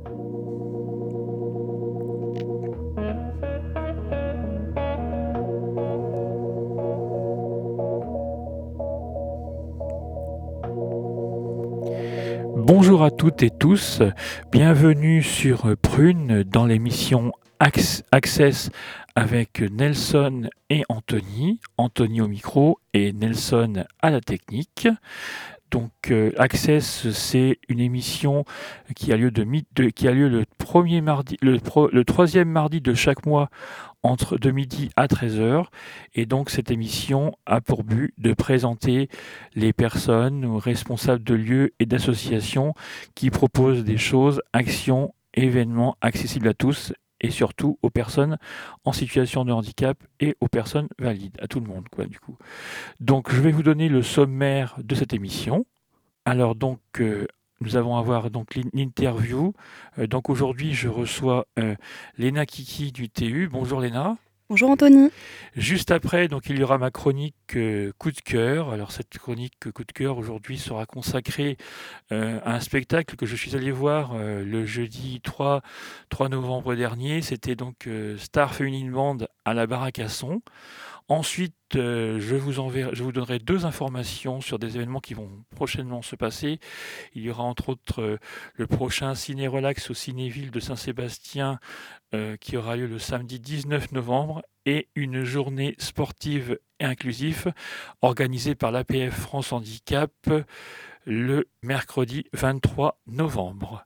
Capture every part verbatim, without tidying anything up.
Bonjour à toutes et tous, bienvenue sur Prune dans l'émission Access avec Nelson et Anthony, Anthony au micro et Nelson à la technique. Donc euh, Access, c'est une émission qui a lieu, de, de, qui a lieu le, premier mardi, le, pro, le troisième mardi de chaque mois entre de midi à treize heures. Et donc cette émission a pour but de présenter les personnes responsables de lieux et d'associations qui proposent des choses, actions, événements accessibles à tous et surtout aux personnes en situation de handicap et aux personnes valides, à tout le monde, quoi, du coup. Donc, je vais vous donner le sommaire de cette émission. Alors, donc, euh, nous allons avoir donc l'interview. Euh, donc, aujourd'hui, je reçois euh, Léna Kiki du T U. Bonjour Léna. Bonjour Anthony. Juste après, donc, il y aura ma chronique euh, coup de cœur. Alors cette chronique euh, coup de cœur aujourd'hui sera consacrée euh, à un spectacle que je suis allé voir euh, le jeudi trois novembre dernier. C'était donc euh, Star Féminine Band à la Baraque à Son. Ensuite, euh, je, vous enverrai, je vous donnerai deux informations sur des événements qui vont prochainement se passer. Il y aura entre autres euh, le prochain Ciné Relax au Cinéville de Saint-Sébastien euh, qui aura lieu le samedi dix-neuf novembre et une journée sportive et inclusive organisée par l'A P F France Handicap le mercredi vingt-trois novembre.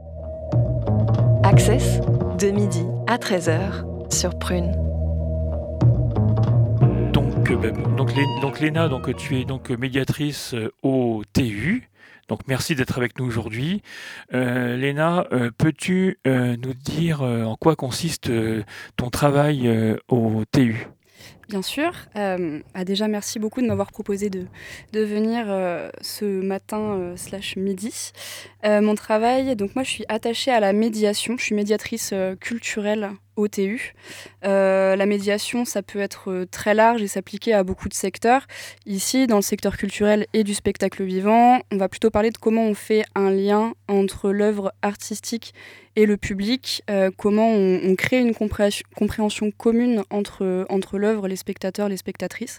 Access, de midi à treize heures sur Prune. Donc, euh, donc, donc Léna, donc, tu es donc médiatrice au T U. Donc merci d'être avec nous aujourd'hui. Euh, Léna, euh, peux-tu euh, nous dire euh, en quoi consiste euh, ton travail euh, au T U ? Bien sûr. Euh, ah déjà, merci beaucoup de m'avoir proposé de, de venir euh, ce matin euh, slash midi. Euh, mon travail, donc moi je suis attachée à la médiation. Je suis médiatrice euh, culturelle au T U. Euh, la médiation, ça peut être très large et s'appliquer à beaucoup de secteurs. Ici, dans le secteur culturel et du spectacle vivant, on va plutôt parler de comment on fait un lien entre l'œuvre artistique et le public, euh, comment on, on crée une compréhension, compréhension commune entre, entre l'œuvre, les spectateurs, les spectatrices,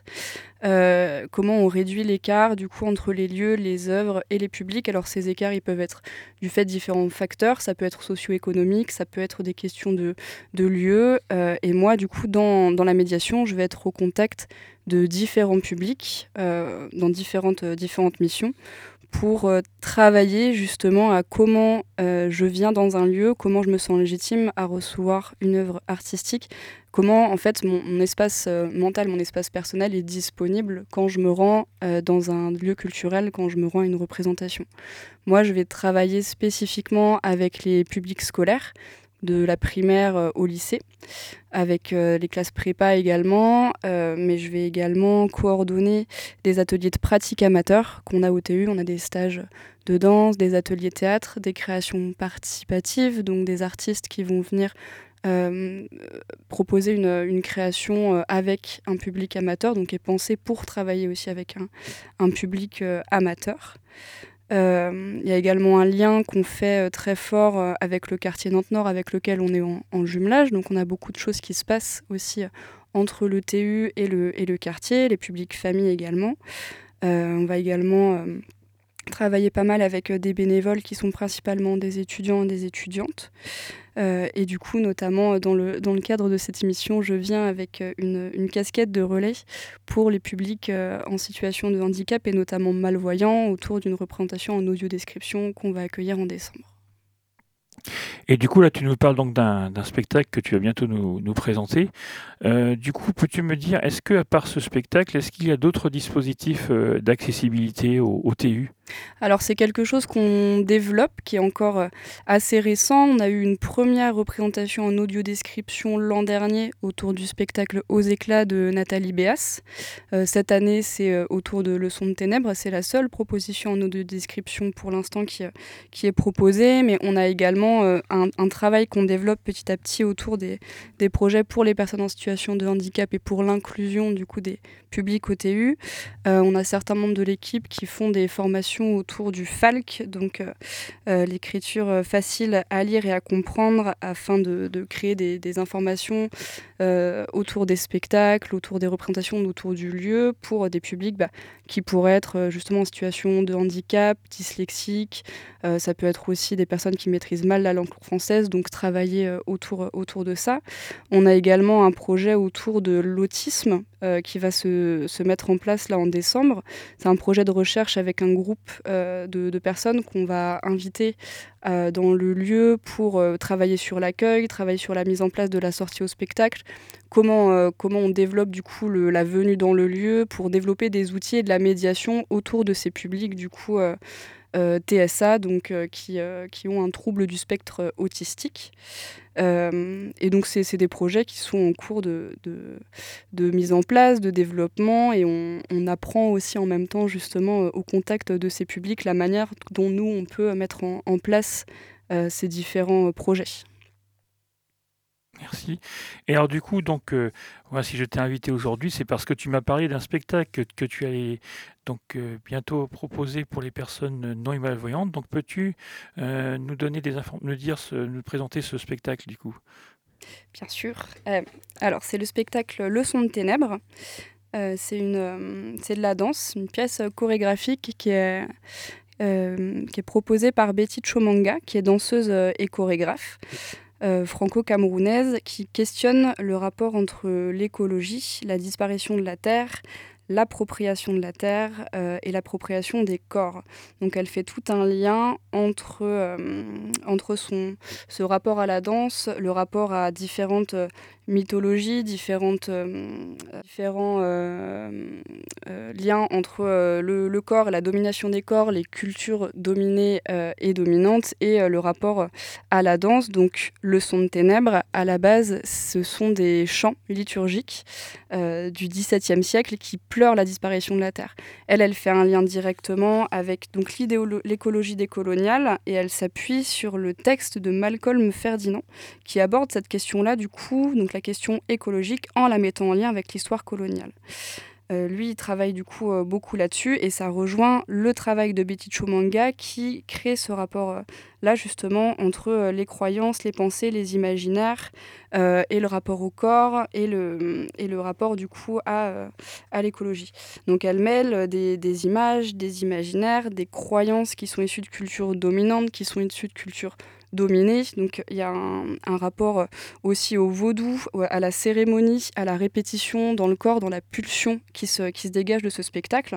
euh, comment on réduit l'écart du coup entre les lieux, les œuvres et les publics. Alors ces écarts, ils peuvent être du fait de différents facteurs, ça peut être socio-économique, ça peut être des questions de, de lieux, euh, et moi du coup dans, dans la médiation, je vais être au contact de différents publics, euh, dans différentes, euh, différentes missions, pour euh, travailler justement à comment euh, je viens dans un lieu, comment je me sens légitime à recevoir une œuvre artistique, comment en fait mon, mon espace euh, mental, mon espace personnel est disponible quand je me rends euh, dans un lieu culturel, quand je me rends à une représentation. Moi, je vais travailler spécifiquement avec les publics scolaires, de la primaire euh, au lycée, avec euh, les classes prépa également, euh, mais je vais également coordonner des ateliers de pratique amateur qu'on a au T U. On a des stages de danse, des ateliers théâtre, des créations participatives, donc des artistes qui vont venir euh, proposer une, une création euh, avec un public amateur, donc qui est pensée pour travailler aussi avec un, un public euh, amateur. Il euh, y a également un lien qu'on fait euh, très fort euh, avec le quartier Nantes-Nord, avec lequel on est en, en jumelage. Donc on a beaucoup de choses qui se passent aussi euh, entre le T U et le, et le quartier, les publics familles également. Euh, on va également euh, travailler pas mal avec euh, des bénévoles qui sont principalement des étudiants et des étudiantes. Euh, et du coup, notamment dans le, dans le cadre de cette émission, je viens avec une, une casquette de relais pour les publics euh, en situation de handicap et notamment malvoyants autour d'une représentation en audio-description qu'on va accueillir en décembre. Et du coup, là, tu nous parles donc d'un, d'un spectacle que tu vas bientôt nous, nous présenter. Euh, du coup, peux-tu me dire, est-ce que à part ce spectacle, est-ce qu'il y a d'autres dispositifs euh, d'accessibilité au, au T U ? Alors c'est quelque chose qu'on développe, qui est encore assez récent. On a eu une première représentation en audio-description l'an dernier autour du spectacle Aux éclats de Nathalie Béas. Euh, cette année, c'est autour de Leçons de ténèbres. C'est la seule proposition en audio-description pour l'instant qui, qui est proposée, mais on a également euh, un, un travail qu'on développe petit à petit autour des, des projets pour les personnes en situation de handicap et pour l'inclusion du coup des publics O T U. Euh, on a certains membres de l'équipe qui font des formations autour du F A L C, donc euh, euh, l'écriture facile à lire et à comprendre, afin de, de créer des, des informations euh, autour des spectacles, autour des représentations, autour du lieu, pour des publics bah, qui pourraient être justement en situation de handicap, dyslexiques. Euh, ça peut être aussi des personnes qui maîtrisent mal la langue française, donc travailler euh, autour, autour de ça. On a également un projet autour de l'autisme euh, qui va se, se mettre en place là en décembre. C'est un projet de recherche avec un groupe euh, de, de personnes qu'on va inviter euh, dans le lieu pour euh, travailler sur l'accueil, travailler sur la mise en place de la sortie au spectacle, comment, euh, comment on développe du coup le, la venue dans le lieu pour développer des outils et de la médiation autour de ces publics du coup euh, euh, T S A, donc euh, qui, euh, qui ont un trouble du spectre autistique. Euh, et donc c'est, c'est des projets qui sont en cours de, de, de mise en place, de développement, et on, on apprend aussi en même temps justement euh, au contact de ces publics la manière dont nous on peut mettre en, en place euh, ces différents euh, projets. Merci. Et alors du coup, donc, euh, moi, si je t'ai invité aujourd'hui, c'est parce que tu m'as parlé d'un spectacle que, que tu allais donc euh, bientôt proposer pour les personnes non malvoyantes. Donc peux-tu euh, nous donner des infos, nous dire, ce, nous présenter ce spectacle du coup? Bien sûr. Euh, alors c'est le spectacle Leçon de ténèbres. Euh, c'est, une, euh, c'est de la danse, une pièce chorégraphique qui est, euh, qui est proposée par Betty Chomanga, qui est danseuse euh, et chorégraphe. Euh, franco-camerounaise, qui questionne le rapport entre l'écologie, la disparition de la terre, l'appropriation de la terre euh, et l'appropriation des corps. Donc elle fait tout un lien entre, euh, entre son, ce rapport à la danse, le rapport à différentes euh, mythologies, différentes, euh, différents euh, euh, liens entre euh, le, le corps et la domination des corps, les cultures dominées euh, et dominantes, et euh, le rapport à la danse. Donc Leçon de ténèbres, à la base, ce sont des chants liturgiques euh, du dix-septième siècle qui pleure la disparition de la Terre. Elle, elle fait un lien directement avec donc, l'écologie décoloniale, et elle s'appuie sur le texte de Malcolm Ferdinand qui aborde cette question-là, du coup, donc la question écologique, en la mettant en lien avec l'histoire coloniale. Euh, lui, il travaille du coup euh, beaucoup là-dessus, et ça rejoint le travail de Betty Chomanga qui crée ce rapport-là euh, justement entre euh, les croyances, les pensées, les imaginaires euh, et le rapport au corps et le, et le rapport du coup à, euh, à l'écologie. Donc elle mêle des, des images, des imaginaires, des croyances qui sont issues de cultures dominantes, qui sont issues de cultures dominée. Donc il y a un, un rapport aussi au vaudou, à la cérémonie, à la répétition dans le corps, dans la pulsion qui se, qui se dégage de ce spectacle.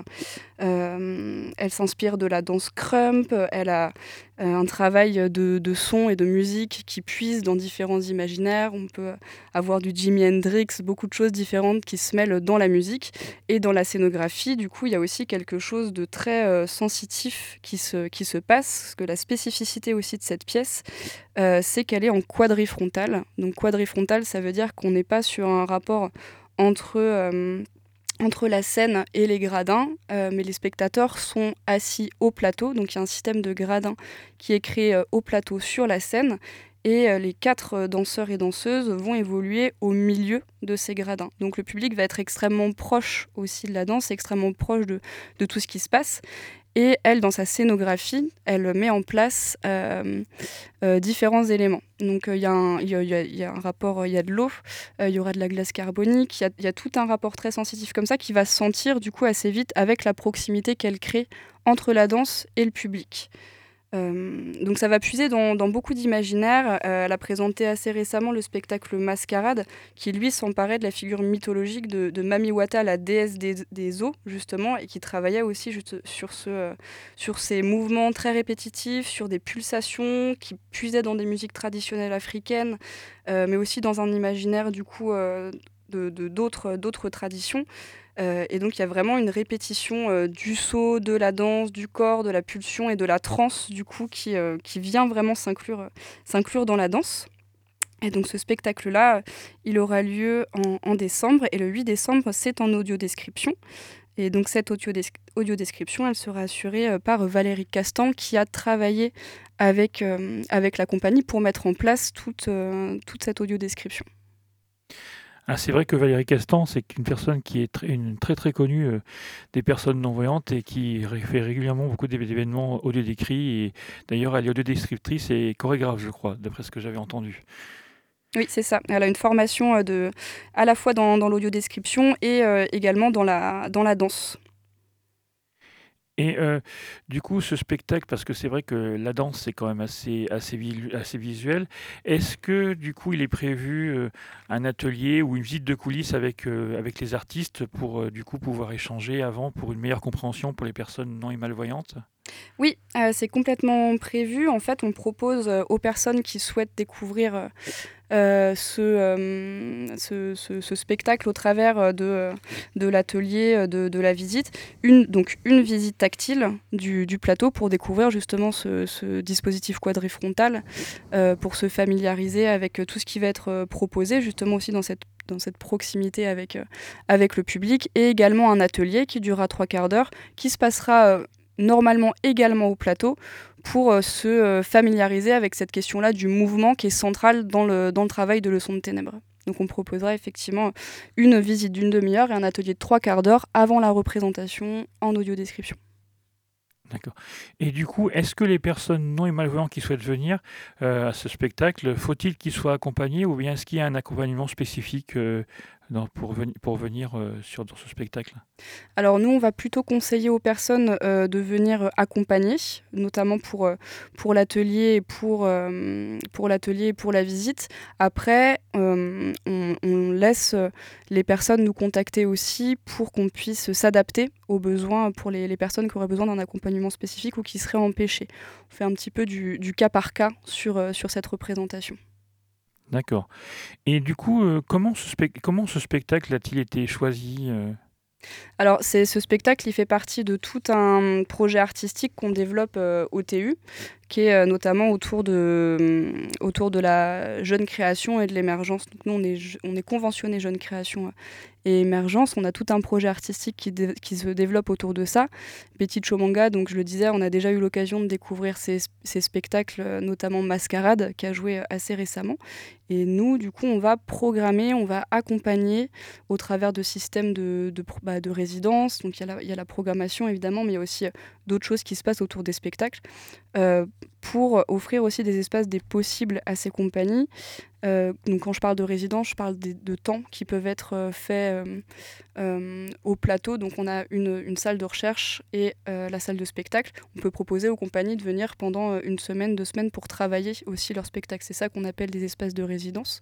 Euh, elle s'inspire de la danse crump, elle a euh, un travail de, de son et de musique qui puise dans différents imaginaires. On peut avoir du Jimi Hendrix, beaucoup de choses différentes qui se mêlent dans la musique et dans la scénographie. Du coup, il y a aussi quelque chose de très euh, sensitif qui se, qui se passe, parce que la spécificité aussi de cette pièce, euh, c'est qu'elle est en quadrifrontale. Donc quadrifrontale, ça veut dire qu'on n'est pas sur un rapport entre... Euh, entre la scène et les gradins, euh, mais les spectateurs sont assis au plateau, donc il y a un système de gradins qui est créé euh, au plateau sur la scène, et euh, les quatre euh, danseurs et danseuses vont évoluer au milieu de ces gradins. Donc le public va être extrêmement proche aussi de la danse, extrêmement proche de, de tout ce qui se passe. Et elle, dans sa scénographie, elle met en place euh, euh, différents éléments. Donc il euh, y, y, y, y a un rapport, il y a de l'eau, il euh, y aura de la glace carbonique, il y, y a tout un rapport très sensitif comme ça qui va se sentir du coup assez vite avec la proximité qu'elle crée entre la danse et le public. Euh, donc ça va puiser dans, dans beaucoup d'imaginaires. Euh, elle a présenté assez récemment le spectacle Mascarade, qui lui s'emparait de la figure mythologique de, de Mami Wata, la déesse des, des eaux, justement, et qui travaillait aussi juste sur, ce, euh, sur ces mouvements très répétitifs, sur des pulsations qui puisaient dans des musiques traditionnelles africaines, euh, mais aussi dans un imaginaire du coup euh, de, de, d'autres, d'autres traditions. Euh, et donc il y a vraiment une répétition euh, du saut, de la danse, du corps, de la pulsion et de la transe du coup qui, euh, qui vient vraiment s'inclure, euh, s'inclure dans la danse. Et donc ce spectacle-là, il aura lieu en, en décembre, et le huit décembre, c'est en audio-description. Et donc cette audio-des- audio-description, elle sera assurée euh, par Valérie Castan qui a travaillé avec, euh, avec la compagnie pour mettre en place toute, euh, toute cette audio-description. Ah, c'est vrai que Valérie Castan, c'est une personne qui est très, une très très connue euh, des personnes non-voyantes et qui ré- fait régulièrement beaucoup d'év- d'événements audio décrits. Et d'ailleurs, elle est audio-descriptrice et chorégraphe, je crois, d'après ce que j'avais entendu. Oui, c'est ça. Elle a une formation euh, de, à la fois dans, dans l'audio-description et euh, également dans la, dans la danse. Et euh, du coup, ce spectacle, parce que c'est vrai que la danse, c'est quand même assez, assez, vilu- assez visuel, est-ce que du coup, il est prévu euh, un atelier ou une visite de coulisses avec, euh, avec les artistes pour euh, du coup pouvoir échanger avant pour une meilleure compréhension pour les personnes non et malvoyantes? Oui, euh, c'est complètement prévu. En fait, on propose euh, aux personnes qui souhaitent découvrir euh, euh, ce, euh, ce, ce- ce spectacle au travers euh, de, euh, de l'atelier, euh, de, de la visite, une, donc une visite tactile du, du plateau pour découvrir justement ce, ce dispositif quadrifrontal, euh, pour se familiariser avec euh, tout ce qui va être euh, proposé justement aussi dans cette dans cette proximité avec, euh, avec le public, et également un atelier qui durera trois quarts d'heure, qui se passera euh, normalement également au plateau, pour euh, se euh, familiariser avec cette question-là du mouvement qui est centrale dans le, dans le travail de Leçons de ténèbres. Donc on proposera effectivement une visite d'une demi-heure et un atelier de trois quarts d'heure avant la représentation en audio-description. D'accord. Et du coup, est-ce que les personnes non et malvoyantes qui souhaitent venir euh, à ce spectacle, faut-il qu'ils soient accompagnés ou bien est-ce qu'il y a un accompagnement spécifique euh, dans- pour, veni- pour venir euh, sur, dans ce spectacle? Alors nous, on va plutôt conseiller aux personnes euh, de venir euh, accompagner, notamment pour, euh, pour l'atelier et pour, euh, pour l'atelier et pour la visite. Après, euh, on, on laisse euh, les personnes nous contacter aussi pour qu'on puisse s'adapter aux besoins pour les, les personnes qui auraient besoin d'un accompagnement spécifique ou qui seraient empêchées. On fait un petit peu du, du cas par cas sur, euh, sur cette représentation. D'accord. Et du coup, euh, comment ce, spec- comment ce spectacle a-t-il été choisi euh Alors, c'est, ce spectacle, il fait partie de tout un projet artistique qu'on développe euh, au T U, qui est euh, notamment autour de, hum, autour de la jeune création et de l'émergence. Donc, nous, on est, je- on est conventionné jeune création euh, et émergence. On a tout un projet artistique qui, dé- qui se développe autour de ça. Betty Chomanga, donc je le disais, on a déjà eu l'occasion de découvrir ces, ces spectacles, euh, notamment Mascarade, qui a joué euh, assez récemment. Et nous, du coup, on va programmer, on va accompagner au travers de systèmes de, de, pro- bah, de résidence. Donc il y, a la- il y a la programmation évidemment, mais il y a aussi euh, d'autres choses qui se passent autour des spectacles, euh, pour offrir aussi des espaces des possibles à ces compagnies. Euh, donc quand je parle de résidence, je parle des- de temps qui peuvent être euh, faits euh, euh, au plateau. Donc on a une, une salle de recherche et euh, la salle de spectacle. On peut proposer aux compagnies de venir pendant euh, une semaine, deux semaines pour travailler aussi leur spectacle. C'est ça qu'on appelle des espaces de résidence.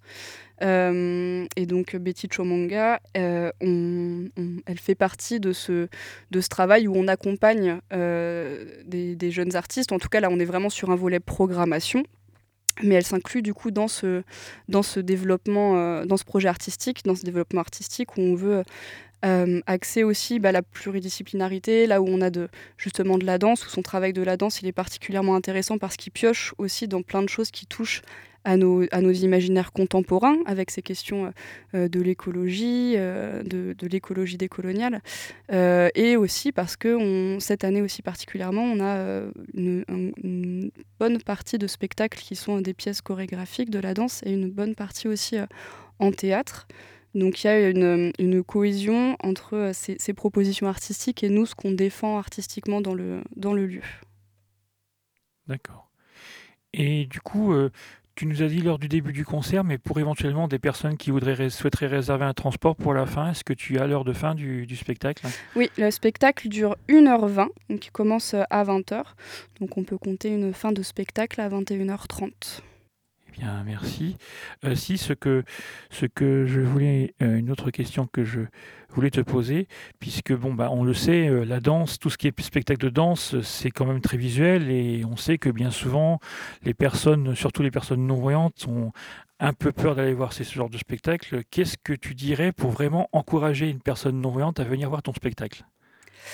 Euh, et donc Betty Chomanga, euh, on- on- elle fait partie de ce, de ce travail où on accompagne euh, des, des jeunes artistes. En tout cas, là, on est vraiment sur un volet programmation. Mais elle s'inclut du coup dans ce, dans ce développement, euh, dans ce projet artistique, dans ce développement artistique où on veut euh, axer aussi bah, la pluridisciplinarité, là où on a de, justement de la danse, où son travail de la danse il est particulièrement intéressant parce qu'il pioche aussi dans plein de choses qui touchent à nos, à nos imaginaires contemporains, avec ces questions euh, de l'écologie, euh, de, de l'écologie décoloniale, euh, et aussi parce que on, cette année aussi particulièrement, on a euh, une, un- une bonne partie de spectacles qui sont des pièces chorégraphiques de la danse et une bonne partie aussi euh, en théâtre. Donc il y a une, une cohésion entre euh, ces, ces propositions artistiques et nous, ce qu'on défend artistiquement dans le, dans le lieu. D'accord. Et du coup, euh, tu nous as dit lors du début du concert, mais pour éventuellement des personnes qui voudraient ré- souhaiteraient réserver un transport pour la fin, est-ce que tu as l'heure de fin du, du spectacle? Oui, le spectacle dure une heure vingt, donc il commence euh, à vingt heures. Donc on peut compter une fin de spectacle à vingt et une heures trente. Eh bien, merci. Euh, si, ce que, ce que je voulais, euh, une autre question que je voulais te poser, puisque, bon, bah, on le sait, euh, la danse, tout ce qui est spectacle de danse, euh, c'est quand même très visuel et on sait que bien souvent, les personnes, surtout les personnes non-voyantes, ont un peu peur d'aller voir ces- ce genre de spectacle. Qu'est-ce que tu dirais pour vraiment encourager une personne non-voyante à venir voir ton spectacle?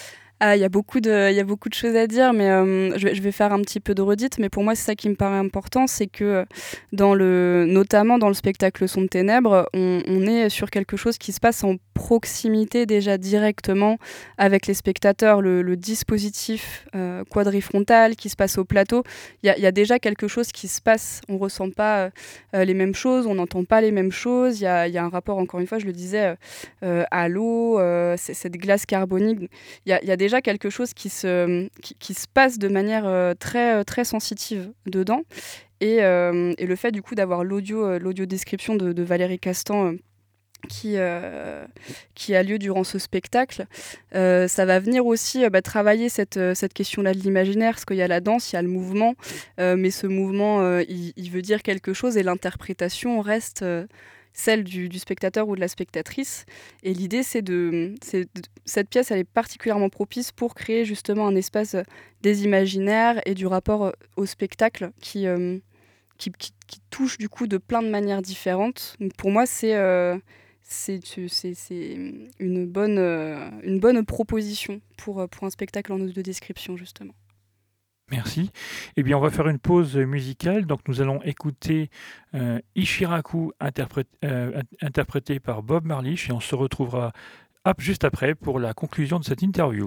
Ah, il y a beaucoup de, il y a beaucoup de choses à dire, mais euh, je, vais, je vais faire un petit peu de redite. Mais pour moi, c'est ça qui me paraît important, c'est que dans le, notamment dans le spectacle Son de ténèbres, on, on est sur quelque chose qui se passe en proximité déjà directement avec les spectateurs. Le, le dispositif euh, quadrifrontal qui se passe au plateau, il y a, y a déjà quelque chose qui se passe. On ressent pas euh, les mêmes choses, on n'entend pas les mêmes choses. Il y a, y a un rapport, encore une fois, je le disais, euh, à l'eau, euh, cette glace carbonique. Il y a, y a déjà quelque chose qui se, qui, qui se passe de manière euh, très, très sensitive dedans. Et, euh, et le fait du coup d'avoir l'audio, euh, l'audio description de, de Valérie Castan euh, qui, euh, qui a lieu durant ce spectacle, euh, ça va venir aussi euh, bah, travailler cette, cette question-là de l'imaginaire, parce qu'il y a la danse, il y a le mouvement, euh, mais ce mouvement, euh, il, il veut dire quelque chose et l'interprétation reste... Euh, celle du, du spectateur ou de la spectatrice. Et l'idée, c'est de, c'est de... Cette pièce, elle est particulièrement propice pour créer justement un espace des imaginaires et du rapport au spectacle qui, euh, qui, qui, qui touche du coup de plein de manières différentes. Donc pour moi, c'est, euh, c'est, c'est, c'est une, bonne, euh, une bonne proposition pour, pour un spectacle en audio description, justement. Merci. Eh bien, on va faire une pause musicale. Donc, nous allons écouter euh, Ishiraku interprét- euh, interprété par Bob Marlish et on se retrouvera hop, juste après pour la conclusion de cette interview.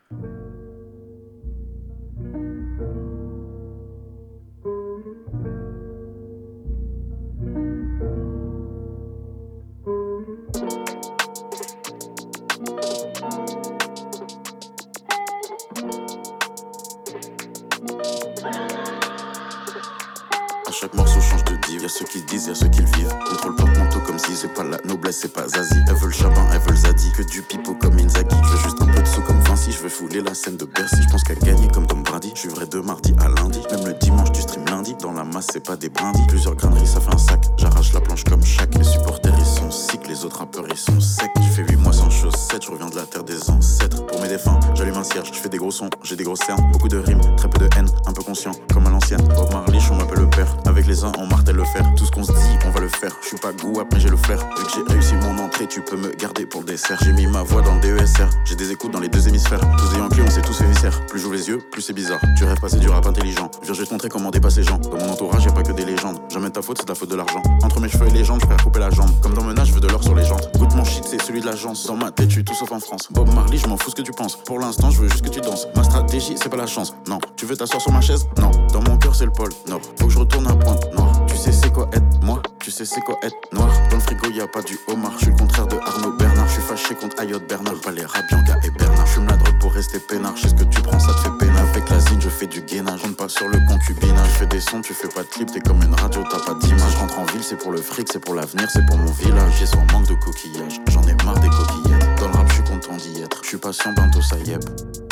Chaque morceau change de div, y'a ceux qui le disent, y'a ceux qui le vivent. Contrôle porte-manteau comme si c'est pas la noblesse, c'est pas Zazie. Elles veulent Chabin, elles veulent Zadi, que du pipeau comme Inzaghi. Je veux juste un peu de sous comme Vinci, je veux fouler la scène de Bercy. Je pense qu'à gagner comme Tom Brady, je suis vrai de mardi à lundi. Même le dimanche du stream lundi, dans la masse c'est pas des brindilles. Plusieurs graineries ça fait un sac, j'arrache la planche comme chaque. Les supporters ils sont sick, les autres rappeurs ils sont secs. J'ai fait huit mois sans chaussettes, je reviens de la terre des ancêtres. Pour mes défunts, j'allume un cierge, je fais des gros sons, j'ai des grosses cernes. Beaucoup de rimes, très peu de haine, un peu conscient, comme à l'ancienne. Bob Marlish, on m'appelle le père, avec les uns on martèle le fer. Tout ce qu'on se dit, on va le faire. Je suis pas goût, après j'ai le flair. Vu que j'ai réussi mon entrée, tu peux me garder pour le dessert. J'ai mis ma voix dans le D E S R. J'ai des écoutes dans les deux hémisphères. Tous des Yankees, on s'est tous fait viscère. Plus j'ouvre les yeux, plus c'est bizarre. Tu rêves pas, c'est du rap intelligent. Je viens juste montrer comment dépasser les gens. Dans mon entourage, y'a pas que des légendes. Jamais de ta faute, c'est de la faute de l'argent. Entre mes cheveux et les jambes, je préfère couper la jambe. Comme dans Menace, je veux de l'or sur les jantes. Goûte mon shit, c'est celui de l'agence. Dans ma tête, je suis tout sauf en France. Bob Marley, je m'en fous ce que tu penses. Pour l'instant, je veux juste que tu danses. Ma stratégie, c'est pas la chance. Non, tu veux t'asseoir sur ma chaise? Non, dans mon cœur, c'est le pôle Nord. Faut que je retourne à Pointe-Noire. Tu sais, c'est quoi être moi? Tu sais c'est quoi être noir? Dans le frigo y a pas du homard. Je suis le contraire de Arnaud Bernard. Je suis fâché contre Ayotte Bernard. Pas les Rabianca et Bernard. Je fume la drogue pour rester peinard. Je sais ce que tu prends, ça te fait peinard. Avec la zine, je fais du gainage. Compte pas sur le concubinage. Je fais des sons, tu fais pas de clip. T'es comme une radio, t'as pas d'image. Je rentre en ville, c'est pour le fric, c'est pour l'avenir, c'est pour mon village. J'ai son manque de coquillage. J'en ai marre des coquillettes. Dans le rap, je suis content d'y être. Je suis patient, bientôt ça y est.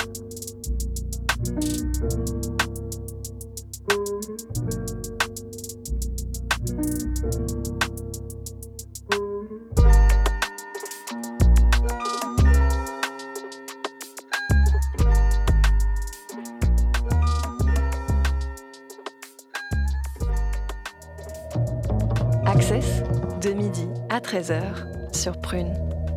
Access, de midi à treize heures sur Prune.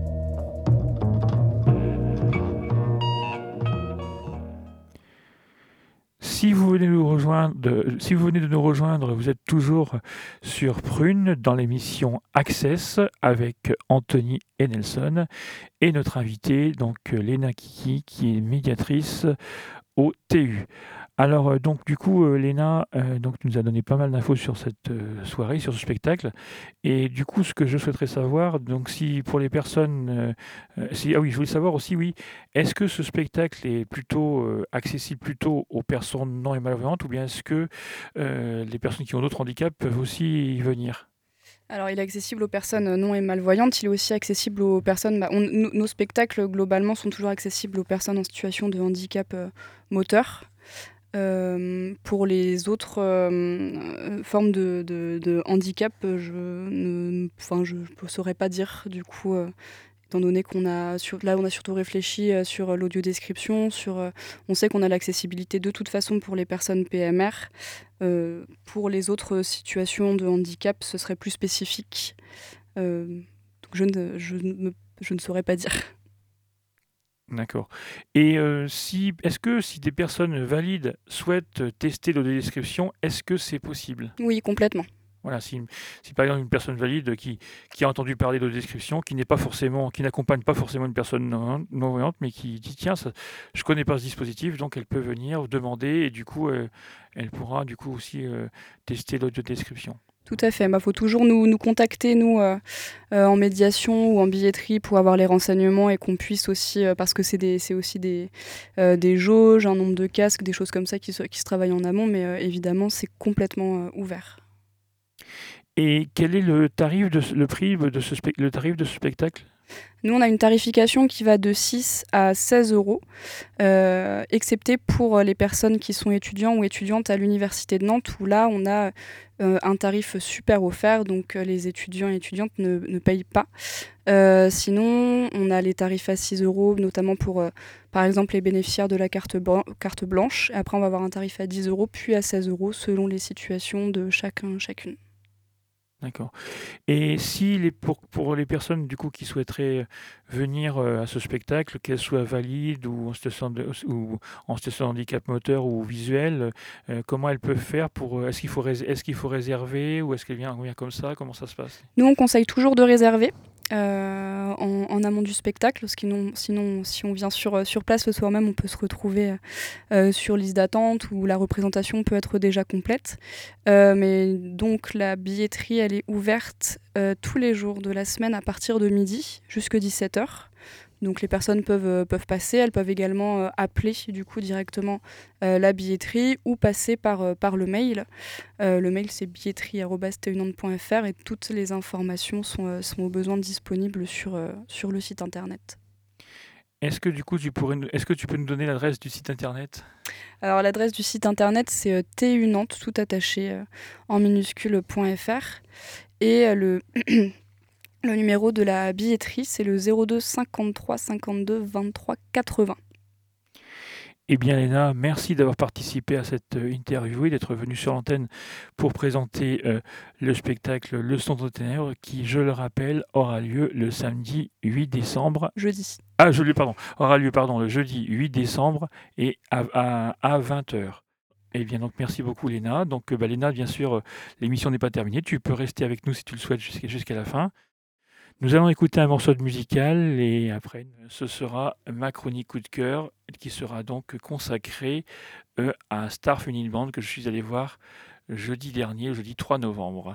Si vous venez de nous rejoindre, si vous venez de nous rejoindre, vous êtes toujours sur Prune dans l'émission Access avec Anthony et Nelson et notre invitée donc Léna Kiki qui est médiatrice au T U. Alors donc du coup euh, Léna euh, donc nous a donné pas mal d'infos sur cette euh, soirée, sur ce spectacle, et du coup ce que je souhaiterais savoir, donc si pour les personnes, euh, euh, si ah oui je voulais savoir aussi oui, est-ce que ce spectacle est plutôt euh, accessible plutôt aux personnes non et malvoyantes ou bien est-ce que euh, les personnes qui ont d'autres handicaps peuvent aussi y venir? Alors, il est accessible aux personnes non et malvoyantes, il est aussi accessible aux personnes... Bah, on, nos, nos spectacles, globalement, sont toujours accessibles aux personnes en situation de handicap euh, moteur. Euh, pour les autres euh, formes de, de, de handicap, je ne enfin, je ne saurais pas dire, du coup... Euh, étant donné qu'on a sur, là on a surtout réfléchi euh, sur l'audio-description, sur, euh, on sait qu'on a l'accessibilité de toute façon pour les personnes P M R. Euh, pour les autres situations de handicap, ce serait plus spécifique. Euh, donc je ne, je, ne, je ne saurais pas dire. D'accord. Et euh, si, est-ce que si des personnes valides souhaitent tester l'audiodescription, est-ce que c'est possible? Oui, complètement. Voilà, si, si par exemple une personne valide qui, qui a entendu parler d'audiodescription, qui n'est pas forcément, qui n'accompagne pas forcément une personne non, non voyante, mais qui dit tiens, ça, je connais pas ce dispositif, donc elle peut venir demander et du coup, euh, elle pourra du coup aussi euh, tester l'audiodescription. Tout à fait. Il bah, faut toujours nous, nous contacter, nous, euh, euh, en médiation ou en billetterie pour avoir les renseignements et qu'on puisse aussi, euh, parce que c'est, des, c'est aussi des, euh, des jauges, un nombre de casques, des choses comme ça qui se, qui se travaillent en amont, mais euh, évidemment, c'est complètement euh, ouvert. Et quel est le tarif de ce- le prix de ce, spec- le tarif de ce spectacle? Nous, on a une tarification qui va de six à seize euros, euh, excepté pour les personnes qui sont étudiants ou étudiantes à l'Université de Nantes, où là, on a euh, un tarif super offert, donc euh, les étudiants et étudiantes ne, ne payent pas. Euh, sinon, on a les tarifs à six euros, notamment pour, euh, par exemple, les bénéficiaires de la carte, blan- carte blanche. Après, on va avoir un tarif à dix euros, puis à seize euros, selon les situations de chacun, chacune. D'accord. Et si les, pour, pour les personnes du coup qui souhaiteraient venir euh, à ce spectacle, qu'elles soient valides ou en situation de, ou en situation de handicap moteur ou visuel, euh, comment elles peuvent faire pour euh, est-ce qu'il faut rés- est-ce qu'il faut réserver ou est-ce qu'elles viennent vient comme ça? Comment ça se passe? Nous, on conseille toujours de réserver euh, en, en amont du spectacle, parce que sinon, sinon, si on vient sur, sur place le soir même, on peut se retrouver euh, sur liste d'attente où la représentation peut être déjà complète. Euh, mais donc, la billetterie, elle est ouverte euh, tous les jours de la semaine à partir de midi jusqu'à dix-sept heures. Donc les personnes peuvent, euh, peuvent passer, elles peuvent également euh, appeler du coup directement euh, la billetterie ou passer par, euh, par le mail. Euh, le mail c'est billetterie arobase t u nantes point f r et toutes les informations sont, euh, sont au besoin disponibles sur, euh, sur le site internet. Est-ce que du coup tu pourrais nous- est-ce que tu peux nous donner l'adresse du site internet? Alors l'adresse du site internet c'est euh, tu nantes tout attaché euh, en minuscule .fr et euh, le Le numéro de la billetterie, c'est le zéro deux cinquante-trois cinquante-deux vingt-trois quatre-vingts. Eh bien, Léna, merci d'avoir participé à cette euh, interview et d'être venue sur l'antenne pour présenter euh, le spectacle Le Son des Ténèbres qui, je le rappelle, aura lieu le samedi huit décembre. Jeudi. Ah, je lui, pardon, aura lieu pardon, le jeudi huit décembre et à, à, à vingt heures. Eh bien, donc, merci beaucoup, Léna. Donc, euh, bah, Léna, bien sûr, euh, l'émission n'est pas terminée. Tu peux rester avec nous si tu le souhaites jusqu'à, jusqu'à la fin. Nous allons écouter un morceau de musical et après, ce sera ma chronique coup de cœur qui sera donc consacrée euh, à Star Funny Band que je suis allé voir jeudi dernier, le jeudi trois novembre.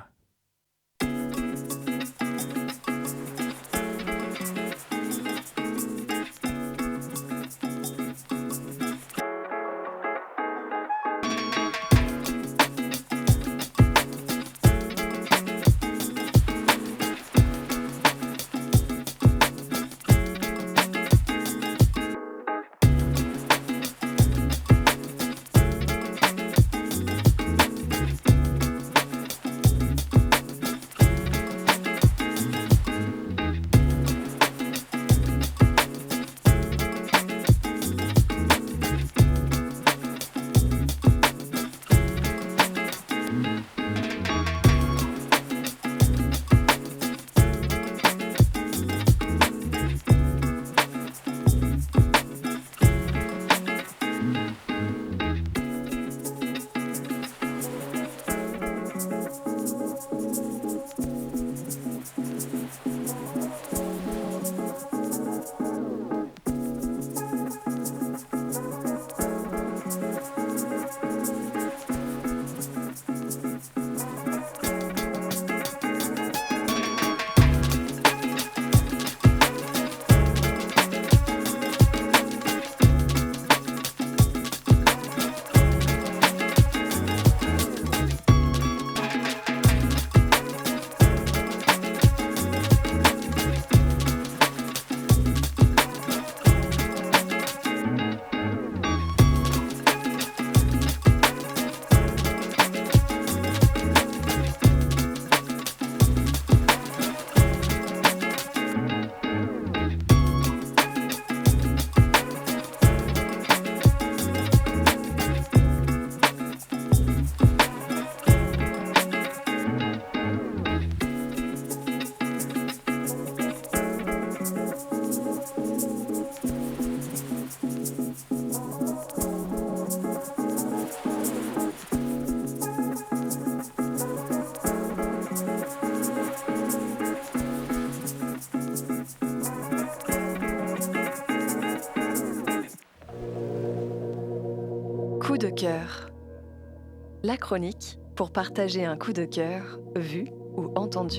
Coup de cœur. La chronique pour partager un coup de cœur, vu ou entendu.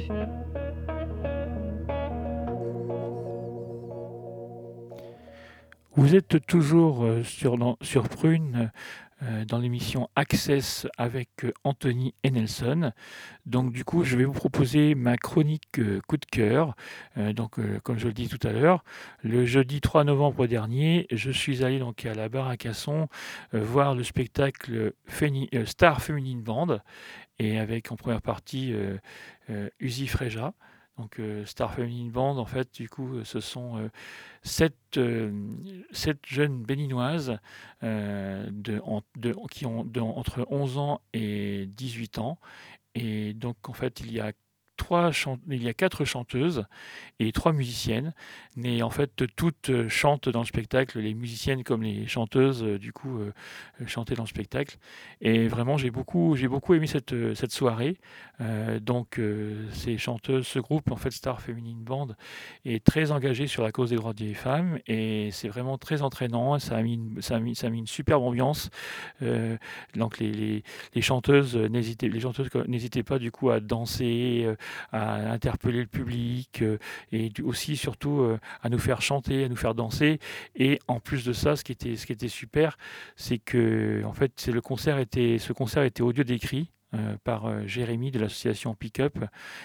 Vous êtes toujours euh, sur, dans- sur Prune euh, dans l'émission Access avec euh, Anthony et Nelson. Donc du coup, je vais vous proposer ma chronique euh, coup de cœur. Euh, donc euh, comme je le dis tout à l'heure, le jeudi trois novembre dernier, je suis allé donc à la Bar à Casson euh, voir le spectacle Féni- euh, Star Feminine Band et avec en première partie euh, euh, Uzi Freja. Donc euh, Star Feminine Band, en fait, du coup, euh, ce sont euh, sept, euh, sept jeunes béninoises euh, de, en- de- qui ont de- entre onze ans et dix-huit ans. Et donc, en fait, il y a trois chan- il y a quatre chanteuses et trois musiciennes. Mais en fait, toutes euh, chantent dans le spectacle, les musiciennes comme les chanteuses, euh, du coup, euh, euh, chantaient dans le spectacle. Et vraiment, j'ai beaucoup, j'ai beaucoup aimé cette, euh, cette soirée. Euh, donc, euh, ces chanteuses, ce groupe, en fait, Star Feminine Band, est très engagé sur la cause des droits des femmes et c'est vraiment très entraînant. Ça a mis une, ça a mis, ça a mis une superbe ambiance. Euh, donc, les, les, les chanteuses euh, n'hésitaient, les chanteuses co- n'hésitaient pas, du coup, à danser, euh, à interpeller le public. Euh, et du- aussi surtout euh, à nous faire chanter, à nous faire danser. Et en plus de ça, ce qui était, ce qui était super, c'est que en fait, c'est le concert était, ce concert était audio décrit. Euh, par euh, Jérémy de l'association Pick Up.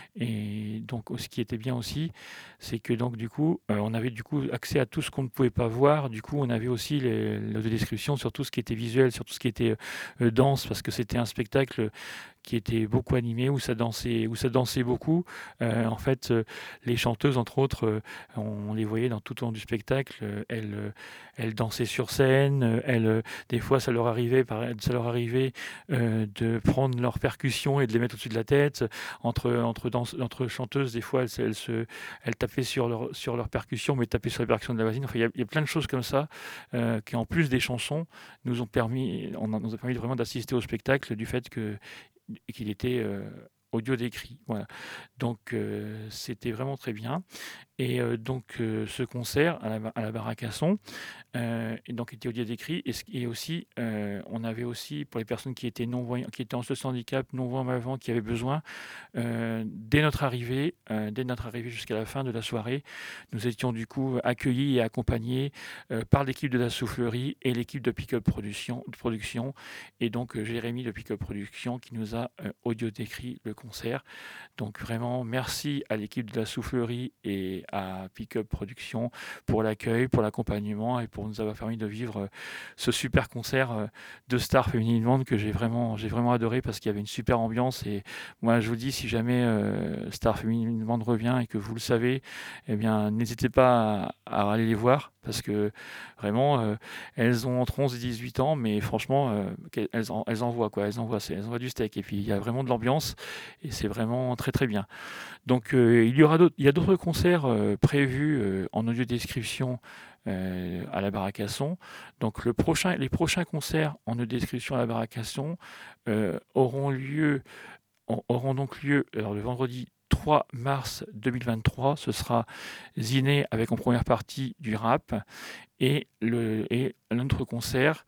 Et donc ce qui était bien aussi, c'est que donc du coup euh, on avait du coup accès à tout ce qu'on ne pouvait pas voir. Du coup on avait aussi les, les descriptions sur tout ce qui était visuel, sur tout ce qui était euh, danse, parce que c'était un spectacle qui était beaucoup animé, où ça dansait, où ça dansait beaucoup. Euh, en fait, euh, les chanteuses, entre autres, euh, on les voyait dans tout au long du spectacle. euh, elles, euh, elles dansaient sur scène. euh, Elles, euh, des fois, ça leur arrivait, par- ça leur arrivait euh, de prendre leurs percussions et de les mettre au-dessus de la tête. Entre, entre, danse- entre chanteuses, des fois, elles, se- elles, se, elles tapaient sur leur, sur leurs percussions, mais tapaient sur les percussions de la voisine. Enfin, il y, a- il y a plein de choses comme ça euh, qui, en plus des chansons, nous ont permis, on a- nous a permis vraiment d'assister au spectacle du fait que qu'il était euh, audio décrit. Voilà. Donc euh, c'était vraiment très bien. Et euh, donc euh, ce concert à la, à la Bar à Casson euh, et donc était audio décrit et, ce- et aussi euh, on avait aussi pour les personnes qui étaient non voyantes, qui étaient en ce handicap, non voyants malvoyants, qui avaient besoin euh, dès notre arrivée, euh, dès notre arrivée jusqu'à la fin de la soirée, nous étions du coup accueillis et accompagnés euh, par l'équipe de la Soufflerie et l'équipe de Pick-up Production, Production et donc euh, Jérémy de Pick-up Production qui nous a euh, audio décrit le concert. Donc vraiment merci à l'équipe de la Soufflerie et à Pick-up Production pour l'accueil, pour l'accompagnement et pour nous avoir permis de vivre euh, ce super concert euh, de Star Feminine Band que j'ai vraiment, j'ai vraiment adoré parce qu'il y avait une super ambiance. Et moi je vous dis, si jamais euh, Star Feminine Band revient et que vous le savez, eh bien n'hésitez pas à, à aller les voir parce que vraiment euh, elles ont entre onze et dix-huit ans, mais franchement euh, qu'elles- elles, en, elles envoient quoi, elles envoient, c'est- elles envoient du steak et puis il y a vraiment de l'ambiance et c'est vraiment très très bien. Donc euh, il y aura d'autres, il y a d'autres concerts euh, prévus euh, en audio description euh, à la Bar à Casson. Donc le prochain, les prochains concerts en audio description à la Bar à Casson euh, auront lieu, auront auront donc lieu alors, le vendredi trois mars deux mille vingt-trois. Ce sera Ziné avec en première partie du rap et le et l'autre concert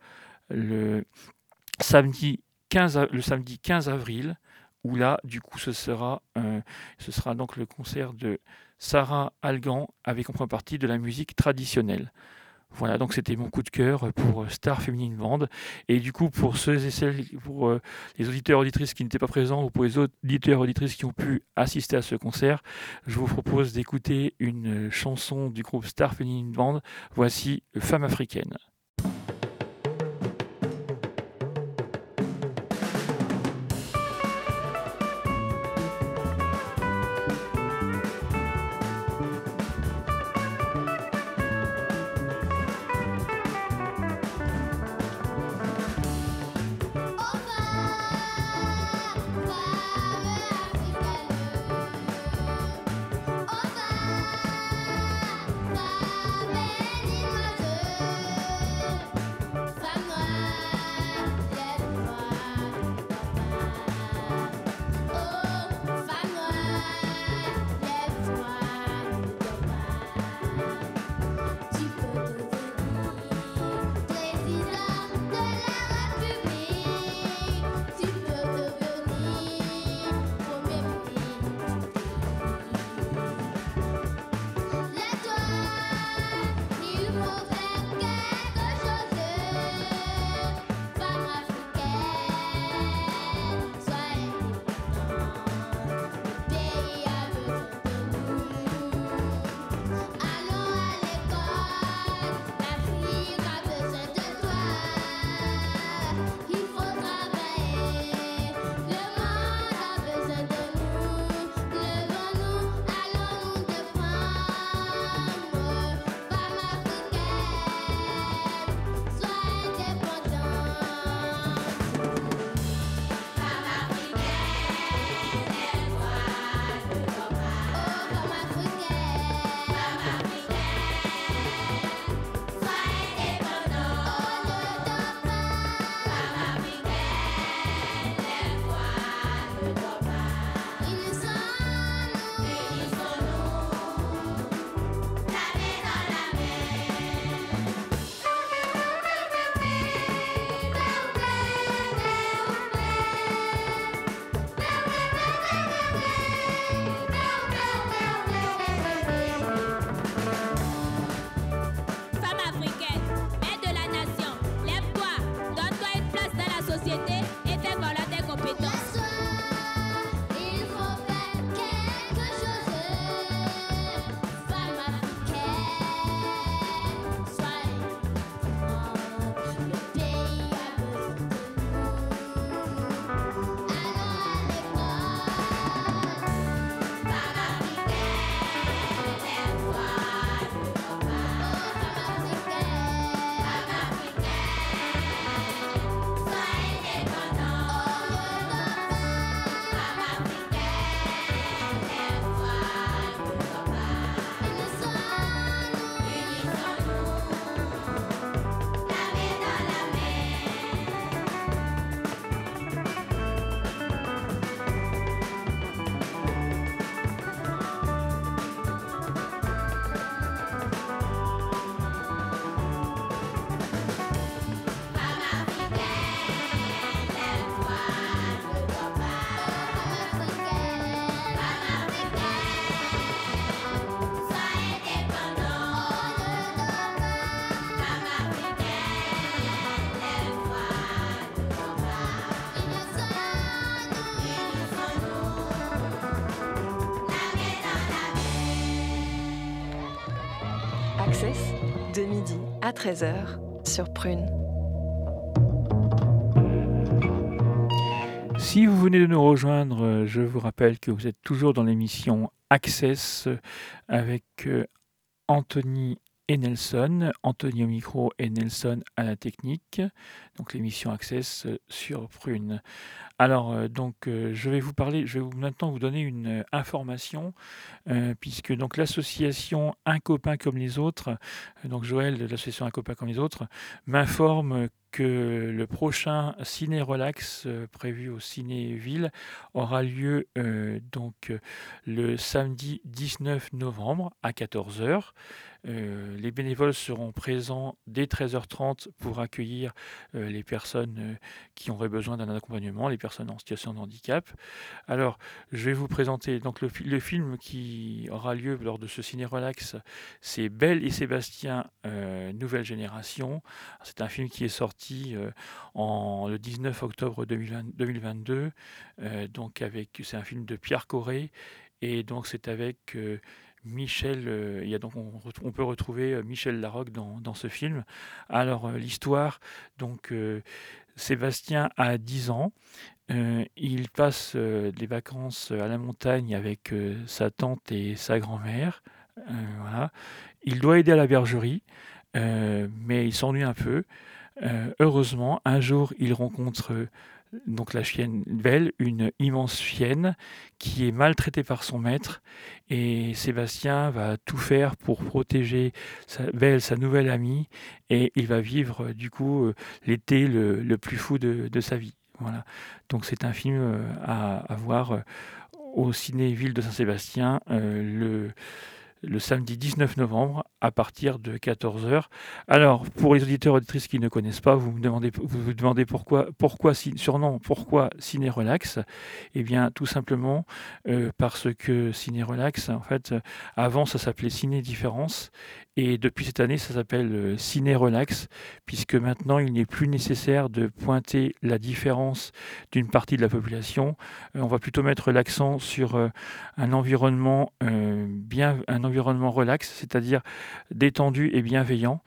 le samedi quinze, a- le samedi quinze avril, où là, du coup, ce sera, euh, ce sera donc le concert de Sarah Algan avec en première partie de la musique traditionnelle. Voilà, donc c'était mon coup de cœur pour euh, Star Feminine Band. Et du coup, pour ceux et celles, pour euh, les auditeurs et auditrices qui n'étaient pas présents ou pour les auditeurs et auditrices qui ont pu assister à ce concert, je vous propose d'écouter une chanson du groupe Star Feminine Band. Voici Femme africaine. Femme Access, de midi à treize heures sur Prune. Si vous venez de nous rejoindre, je vous rappelle que vous êtes toujours dans l'émission Access avec euh, Anthony et Nelson, Anthony au micro et Nelson à la technique, donc l'émission Access sur Prune. Alors, euh, donc, euh, je vais vous parler, je vais vous, maintenant vous donner une euh, information, euh, puisque donc l'association Un copain comme les autres, euh, donc Joël de l'association Un copain comme les autres, m'informe que le prochain Ciné Relax euh, prévu au Ciné Ville aura lieu euh, donc euh, le samedi dix-neuf novembre à quatorze heures. Euh, les bénévoles seront présents dès treize heures trente pour accueillir euh, les personnes euh, qui auraient besoin d'un accompagnement, les personnes en situation de handicap. Alors, je vais vous présenter donc le, fi- le film qui aura lieu lors de ce ciné relax. C'est Belle et Sébastien, euh, Nouvelle Génération. C'est un film qui est sorti euh, en, le dix-neuf octobre deux mille vingt deux mille vingt-deux. Euh, donc avec, c'est un film de Pierre Corré. Et donc c'est avec euh, Michel, euh, il y a donc on, ret- on peut retrouver euh, Michel Larocque dans, dans ce film. Alors euh, l'histoire, donc euh, Sébastien a dix ans. Euh, il passe euh, des vacances à la montagne avec euh, sa tante et sa grand-mère. Euh, voilà. Il doit aider à la bergerie, euh, mais il s'ennuie un peu. Euh, heureusement, un jour, il rencontre euh, donc la chienne Belle, une immense chienne qui est maltraitée par son maître. Et Sébastien va tout faire pour protéger sa, Belle, sa nouvelle amie, et il va vivre euh, du coup euh, l'été le, le plus fou de, de sa vie. Voilà. Donc c'est un film euh, à, à voir euh, au Ciné Ville de Saint-Sébastien euh, le le samedi dix-neuf novembre à partir de quatorze heures. Alors, pour les auditeurs et auditrices qui ne connaissent pas, vous me demandez, vous vous demandez pourquoi, pourquoi ci- surnom, pourquoi Ciné Relax. Eh bien, tout simplement euh, parce que Ciné Relax, en fait, euh, avant, ça s'appelait Ciné Différence. Et depuis cette année, ça s'appelle euh, Ciné Relax, puisque maintenant, il n'est plus nécessaire de pointer la différence d'une partie de la population. Euh, on va plutôt mettre l'accent sur euh, un environnement euh, bien, un environnement relax, c'est-à-dire détendu et bienveillant.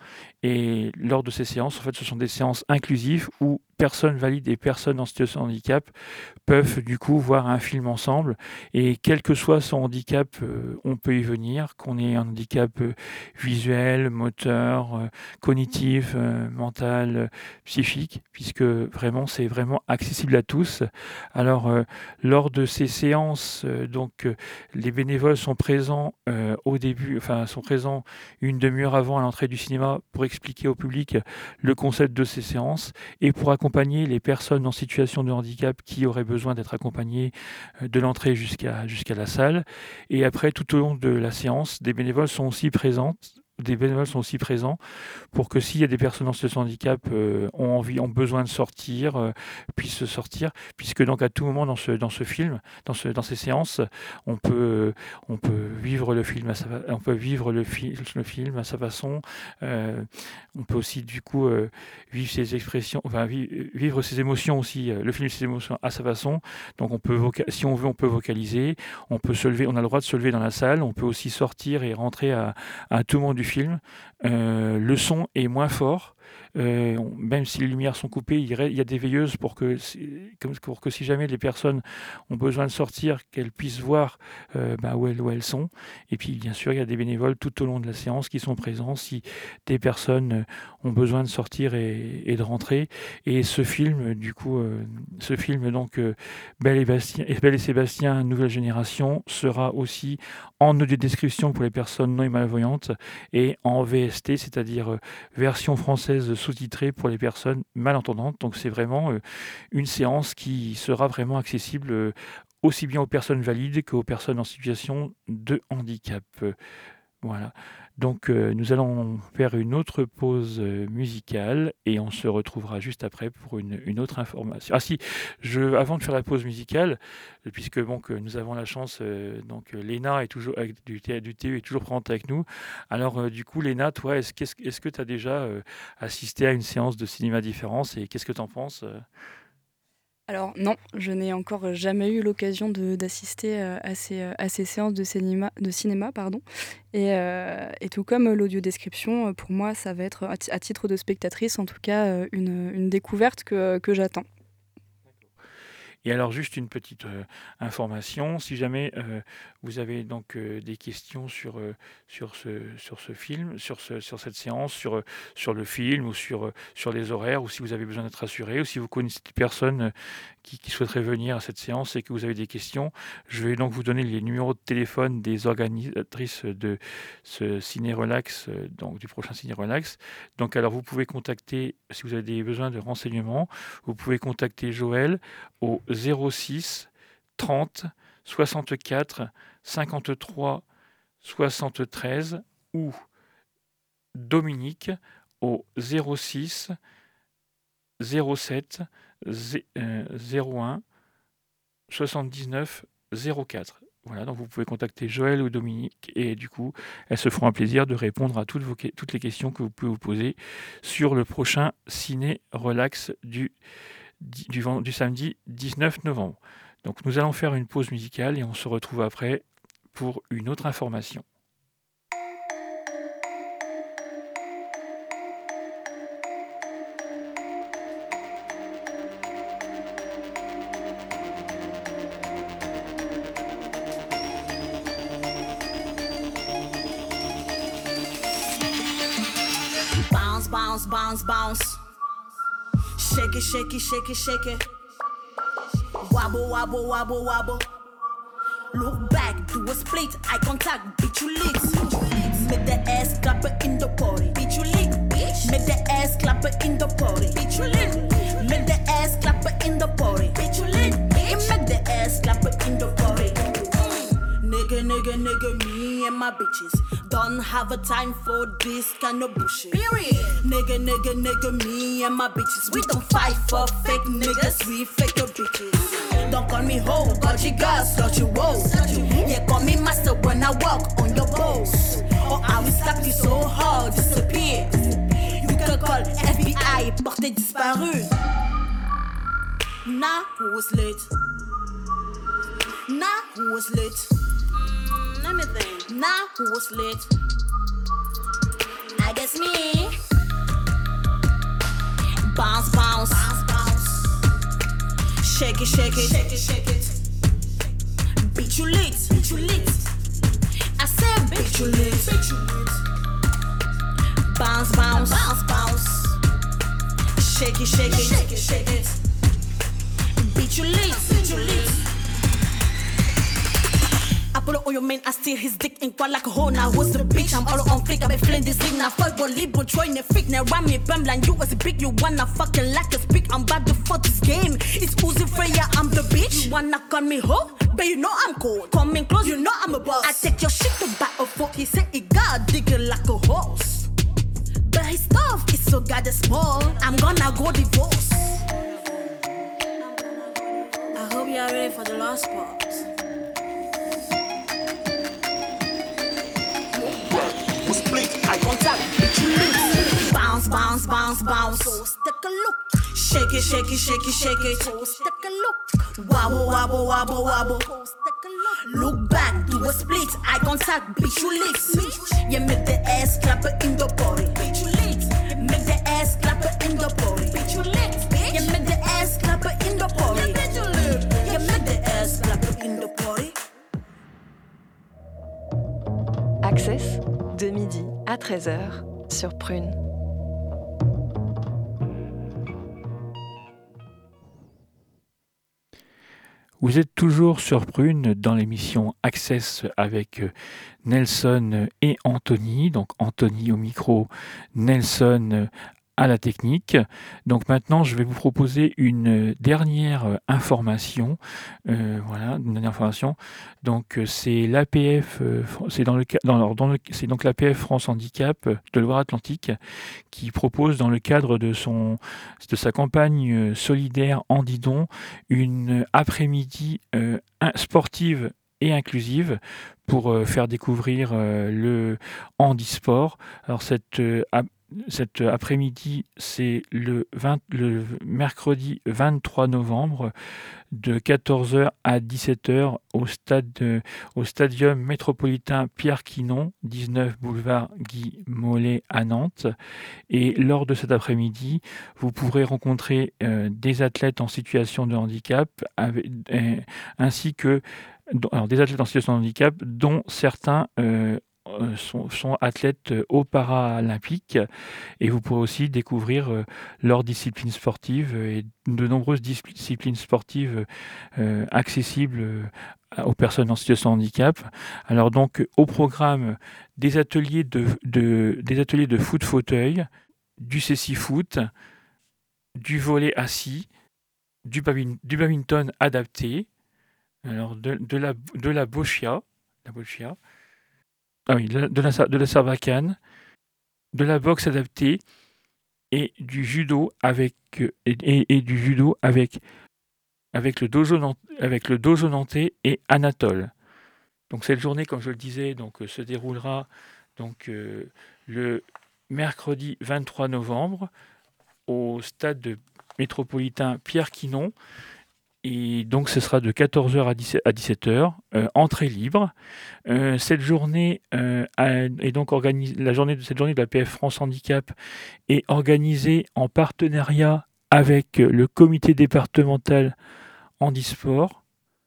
Et lors de ces séances, en fait, ce sont des séances inclusives où personnes valides et personnes en situation de handicap peuvent du coup voir un film ensemble. Et quel que soit son handicap, euh, on peut y venir, qu'on ait un handicap euh, visuel, moteur, euh, cognitif, euh, mental, euh, psychique, puisque vraiment c'est vraiment accessible à tous. Alors euh, lors de ces séances, euh, donc euh, les bénévoles sont présents euh, au début, enfin sont présents une demi-heure avant à l'entrée du cinéma pour expliquer au public le concept de ces séances et pour accompagner les personnes en situation de handicap qui auraient besoin d'être accompagnées euh, de l'entrée jusqu'à jusqu'à la salle. Et après, tout au long de la séance, des bénévoles sont aussi présentes. Des bénévoles sont aussi présents pour que s'il y a des personnes en situation de handicap euh, ont envie, ont besoin de sortir, euh, puissent sortir, puisque donc à tout moment dans ce dans ce film, dans ce dans ces séances, on peut on peut vivre le film à sa, on peut vivre le, fi- le film à sa façon. Euh, on peut aussi du coup euh, vivre ses expressions, enfin vi- vivre ses émotions aussi. euh, Le film ses émotions à sa façon. Donc on peut voca- si on veut, on peut vocaliser. On peut se lever. On a le droit de se lever dans la salle. On peut aussi sortir et rentrer à, à tout moment du film. Euh, le son est moins fort. Euh, on- même si les lumières sont coupées, il, reste- il y a des veilleuses pour que, si- comme- pour que si jamais les personnes ont besoin de sortir, qu'elles puissent voir euh, bah, où, elles, où elles sont. Et puis, bien sûr, il y a des bénévoles tout au long de la séance qui sont présents si des personnes euh, ont besoin de sortir et, et de rentrer. Et ce film, du coup, euh, ce film, donc, euh, Belle et, Bastien, et Belle et Sébastien, Nouvelle Génération, sera aussi en audio-description pour les personnes non malvoyantes et en V S T, c'est-à-dire euh, version française sous-titrée pour les personnes malentendantes. Donc, c'est vraiment euh, une séance qui sera vraiment accessible euh, aussi bien aux personnes valides qu'aux personnes en situation de handicap. Euh, Voilà. Donc, euh, nous allons faire une autre pause euh, musicale et on se retrouvera juste après pour une, une autre information. Ah si, je, avant de faire la pause musicale, euh, puisque bon, que nous avons la chance, euh, donc euh, Léna est toujours avec, du, T- du T E est toujours présente avec nous. Alors, euh, du coup, Léna, toi, est-ce, qu'est-ce- est-ce que tu as déjà euh, assisté à une séance de cinéma différence et qu'est-ce que tu en penses euh Alors non, je n'ai encore jamais eu l'occasion de, d'assister euh, à ces, euh, à ces séances de cinéma, de cinéma pardon. Et, euh, et tout comme l'audiodescription, euh, pour moi, ça va être, à ti- à titre de spectatrice, en tout cas, euh, une, une découverte que, que j'attends. Et alors, juste une petite euh, information, si jamais euh, vous avez donc euh, des questions sur, euh, sur, ce, sur ce film, sur, ce, sur cette séance, sur, euh, sur le film ou sur, euh, sur les horaires, ou si vous avez besoin d'être rassuré, ou si vous connaissez des personnes euh, qui, qui souhaiteraient venir à cette séance et que vous avez des questions, je vais donc vous donner les numéros de téléphone des organisatrices de ce Ciné Relax, euh, donc du prochain Ciné Relax. Donc, alors, vous pouvez contacter, si vous avez des besoins de renseignements, vous pouvez contacter Joël au zéro six trente soixante-quatre cinquante-trois soixante-treize ou Dominique au zéro six zéro sept zéro un soixante-dix-neuf zéro quatre. Voilà, donc vous pouvez contacter Joël ou Dominique et du coup, elles se feront un plaisir de répondre à toutes, vos, toutes les questions que vous pouvez vous poser sur le prochain Ciné Relax du Du, du samedi dix-neuf novembre. Donc nous allons faire une pause musicale et on se retrouve après pour une autre information. Bounce, bounce, bounce, bounce. Shake it, shake it, shake it, shake it. Wobble, wobble, wobble, wobble. Look back, do a split, eye contact, bitch you licks. Make the ass clapper in the party, bitch you lick, bitch. Make the ass clapper in the party, bitch you lick. Make the ass clapper in the party, bitch you lick, bitch. Make the ass clapper in the party. Nigga, nigga, nigga, me and my bitches don't have a time for this kind of bullshit. Period. Nigga, nigga, nigga, me and my bitches, we don't fight for fake niggas, we fake your bitches. Don't call me hoe, got you girls, got you woe. Yeah, call me master when I walk on your balls. Or I will slap you so hard, disappear. You can call F B I, portée disparue. Nah, who was late? Nah, who was late? Let me think. Nah, who was late? I guess me. Bounce, bounce, bounce, bounce. Shake it, shake it, shake it, shake it. Bitch you lit, bitch you lit. I said bitch you lit, bitch you lit. Bounce, bounce, bounce, bounce. Shake it, shake it, shake it, shake it. Bitch you lit, bitch you lit. Apollo on your man, I steal his dick in quite like a hoe. Now who's the bitch? I'm all on flick, I been feeling this thing. Now fuck boy, libo, join the freak. Now run me, bam, like you was a big. You wanna fucking like a speak. I'm about to fuck this game. It's Uzi Freya, I'm the bitch. You wanna call me hoe? But you know I'm cold. Coming close, you know I'm a boss. I take your shit to buy a fork. He said he got dig it like a horse. But his stuff is so goddamn small. I'm gonna go divorce. I hope you're ready for the last part. Eye contact, bitch you lit. Bounce, bounce, bounce, bounce. Take a look. Shake it, shake it, shake it, shake it. Take a look. Wobble, wobble, wobble, wobble. Look back, do a split. Eye contact, bitch you lit. You make the ass clapper in the body, bitch you lit. Make the ass clapper in the body, bitch you lit. You make the ass clapper in the body, bitch you lit. You make the ass clapper in the body. Access de midi à treize heures sur Prune. Vous êtes toujours sur Prune dans l'émission Access avec Nelson et Anthony. Donc Anthony au micro, Nelson à la technique. Donc maintenant, je vais vous proposer une dernière information. Euh, voilà, une dernière information. Donc c'est l'A P F, euh, c'est dans le dans, dans le, c'est donc l'A P F France Handicap de Loire-Atlantique qui propose dans le cadre de son de sa campagne solidaire Handidon une après-midi euh, sportive et inclusive pour euh, faire découvrir euh, le handisport. Alors cette euh, cet après-midi, c'est le, vingt, le mercredi vingt-trois novembre de quatorze heures à dix-sept heures au, stade de, au Stadium métropolitain Pierre Quinon, dix-neuf boulevard Guy Mollet à Nantes. Et lors de cet après-midi, vous pourrez rencontrer euh, des athlètes en situation de handicap avec, euh, ainsi que alors, des athlètes en situation de handicap dont certains euh, Sont, sont athlètes aux Paralympiques, et vous pourrez aussi découvrir euh, leurs disciplines sportives et de nombreuses disciplines sportives euh, accessibles euh, aux personnes en situation de handicap. Alors donc au programme des ateliers de, de, des ateliers de foot fauteuil, du cécifoot, du volley assis, du, badmin, du badminton adapté, alors de, de la de la boccia, la boccia. Ah oui, de la, de, la, de la sarbacane, de la boxe adaptée et du judo avec et, et, et du judo avec avec le dojo avec le dojo nantais et Anatole. Donc cette journée, comme je le disais, donc se déroulera donc euh, le mercredi vingt-trois novembre au stade métropolitain Pierre Quinon. Et donc, ce sera de quatorze heures à dix-sept heures, euh, entrée libre. Euh, cette journée euh, est donc organisée, la journée de cette journée de la P F France Handicap est organisée en partenariat avec le comité départemental handisport,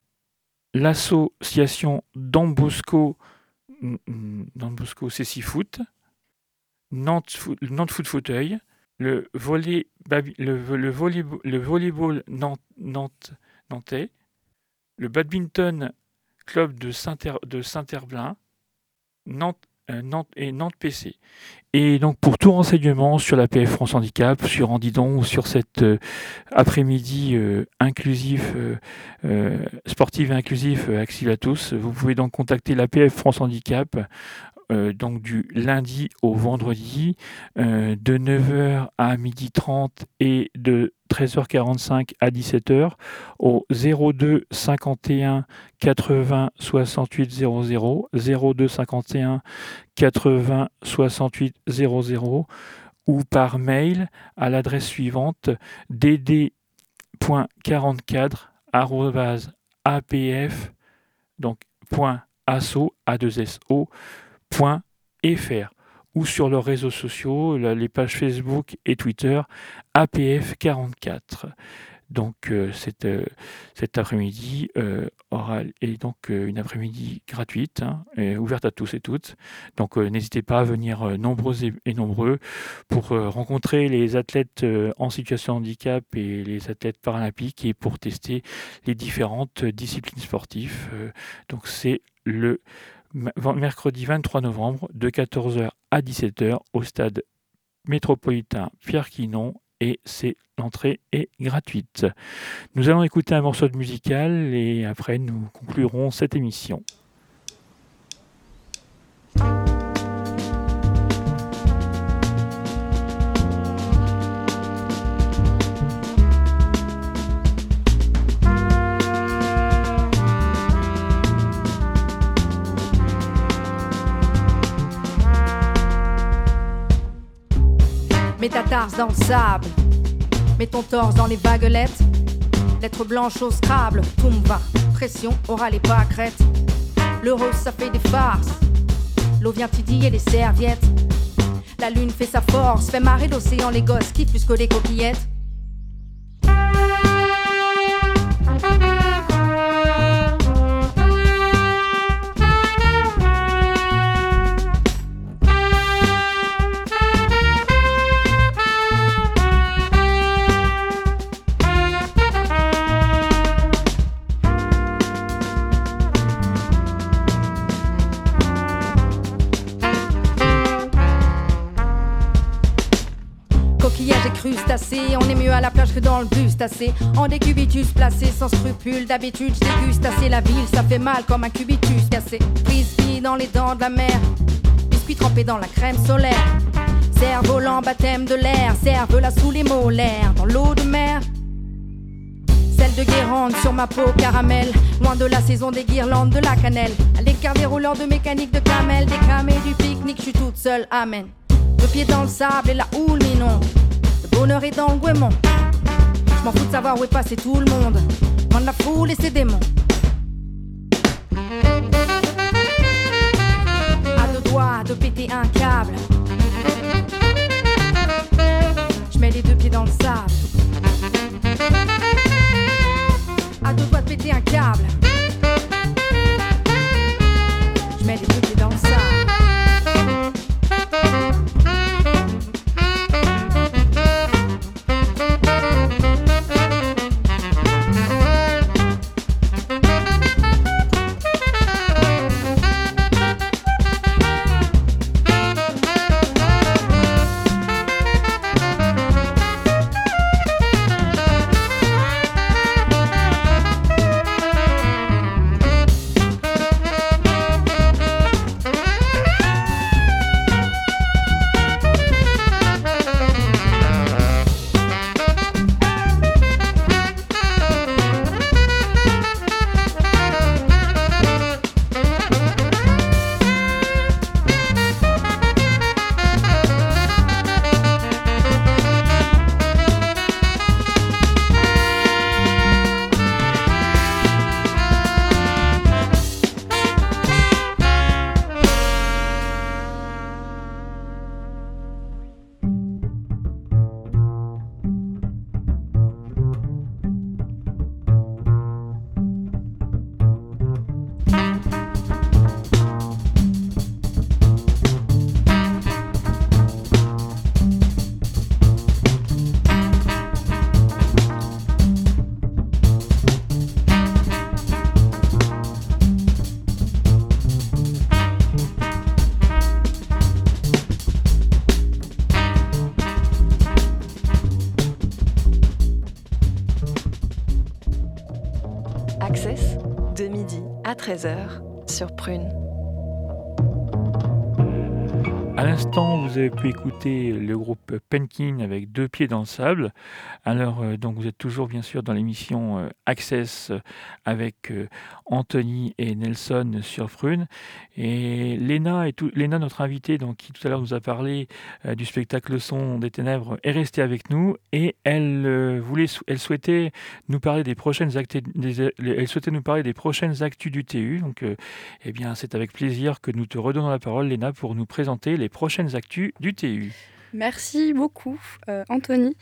l'association Dambosco, Dambosco Cécifoot, Nantes, Nantes Foot Fauteuil, le volley, le, le volley, le volleyball Nantes, Nantes, nantais, le badminton club de, Saint-Her, de Saint-Herblain, Nantes, euh, Nantes et Nantes P C. Et donc pour tout renseignement sur la P F France Handicap, sur Andidon ou sur cet euh, après-midi euh, inclusif, euh, euh, sportif et inclusif euh, accessible à tous, vous pouvez donc contacter la P F France Handicap. Euh, donc du lundi au vendredi, euh, de neuf heures à midi trente et de treize heures quarante-cinq à dix-sept heures au zéro deux cinquante et un quatre-vingts soixante-huit zéro zéro, zéro deux cinquante et un quatre-vingts soixante-huit zéro zéro, ou par mail à l'adresse suivante d d point quarante-quatre arobase a p f donc point asso a deux s o point f r ou sur leurs réseaux sociaux, les pages Facebook et Twitter A P F quarante-quatre. Donc euh, cet, euh, cet après-midi euh, aura est donc euh, une après-midi gratuite, hein, et ouverte à tous et toutes. Donc euh, n'hésitez pas à venir euh, nombreux et, et nombreux pour euh, rencontrer les athlètes euh, en situation de handicap et les athlètes paralympiques et pour tester les différentes disciplines sportives. Euh, donc c'est le mercredi vingt-trois novembre de quatorze heures à dix-sept heures au stade métropolitain Pierre Quinon, et c'est l'entrée est gratuite. Nous allons écouter un morceau de musical et après nous conclurons cette émission. Mets ta tarse dans le sable, mets ton torse dans les vaguelettes. Lettres blanches au Scrabble, Tumba, pression, aura les pâquerettes. L'heureux ça fait des farces, l'eau vient titiller les serviettes. La lune fait sa force, fait marrer l'océan, les gosses kiffent plus que des coquillettes. Crustacés, on est mieux à la plage que dans le bus tassé. En décubitus placés sans scrupules, d'habitude j'déguste assez la ville, ça fait mal comme un cubitus cassé. Frisbee dans les dents de la mer, biscuit trempé dans la crème solaire. Cerf-volant, baptême de l'air, cerve-la sous les molaires, dans l'eau de mer. Celle de Guérande sur ma peau caramel, loin de la saison des guirlandes de la cannelle. À l'écart des rouleurs de mécanique de camel, des camés du pique-nique, j'suis toute seule, amen. deux pieds dans le sable et la houle, mais non. Le bonheur est dans le goémon. Je m'en fous de savoir où est passé tout le monde. Demande la foule et ses démons. À deux doigts de péter un câble. Je mets les deux pieds dans le sable. À deux doigts de péter un câble. Je mets les deux pieds dans le sable. Access, de midi à treize heures sur Prune. À l'instant, vous avez pu écouter le groupe Penkin avec Deux pieds dans le sable. Alors, euh, donc, vous êtes toujours bien sûr dans l'émission euh, Access euh, avec euh, Anthony et Nelson sur Prune. Et Léna, et tout, Léna, notre invitée, donc, qui tout à l'heure nous a parlé euh, du spectacle Le Son des Ténèbres, est restée avec nous et elle euh, voulait, elle souhaitait nous parler des prochaines actus, des, elle souhaitait nous parler des prochaines actus du T U. Donc, euh, eh bien, c'est avec plaisir que nous te redonnons la parole, Léna, pour nous présenter les prochaines actus du T U. Merci beaucoup, euh, Anthony.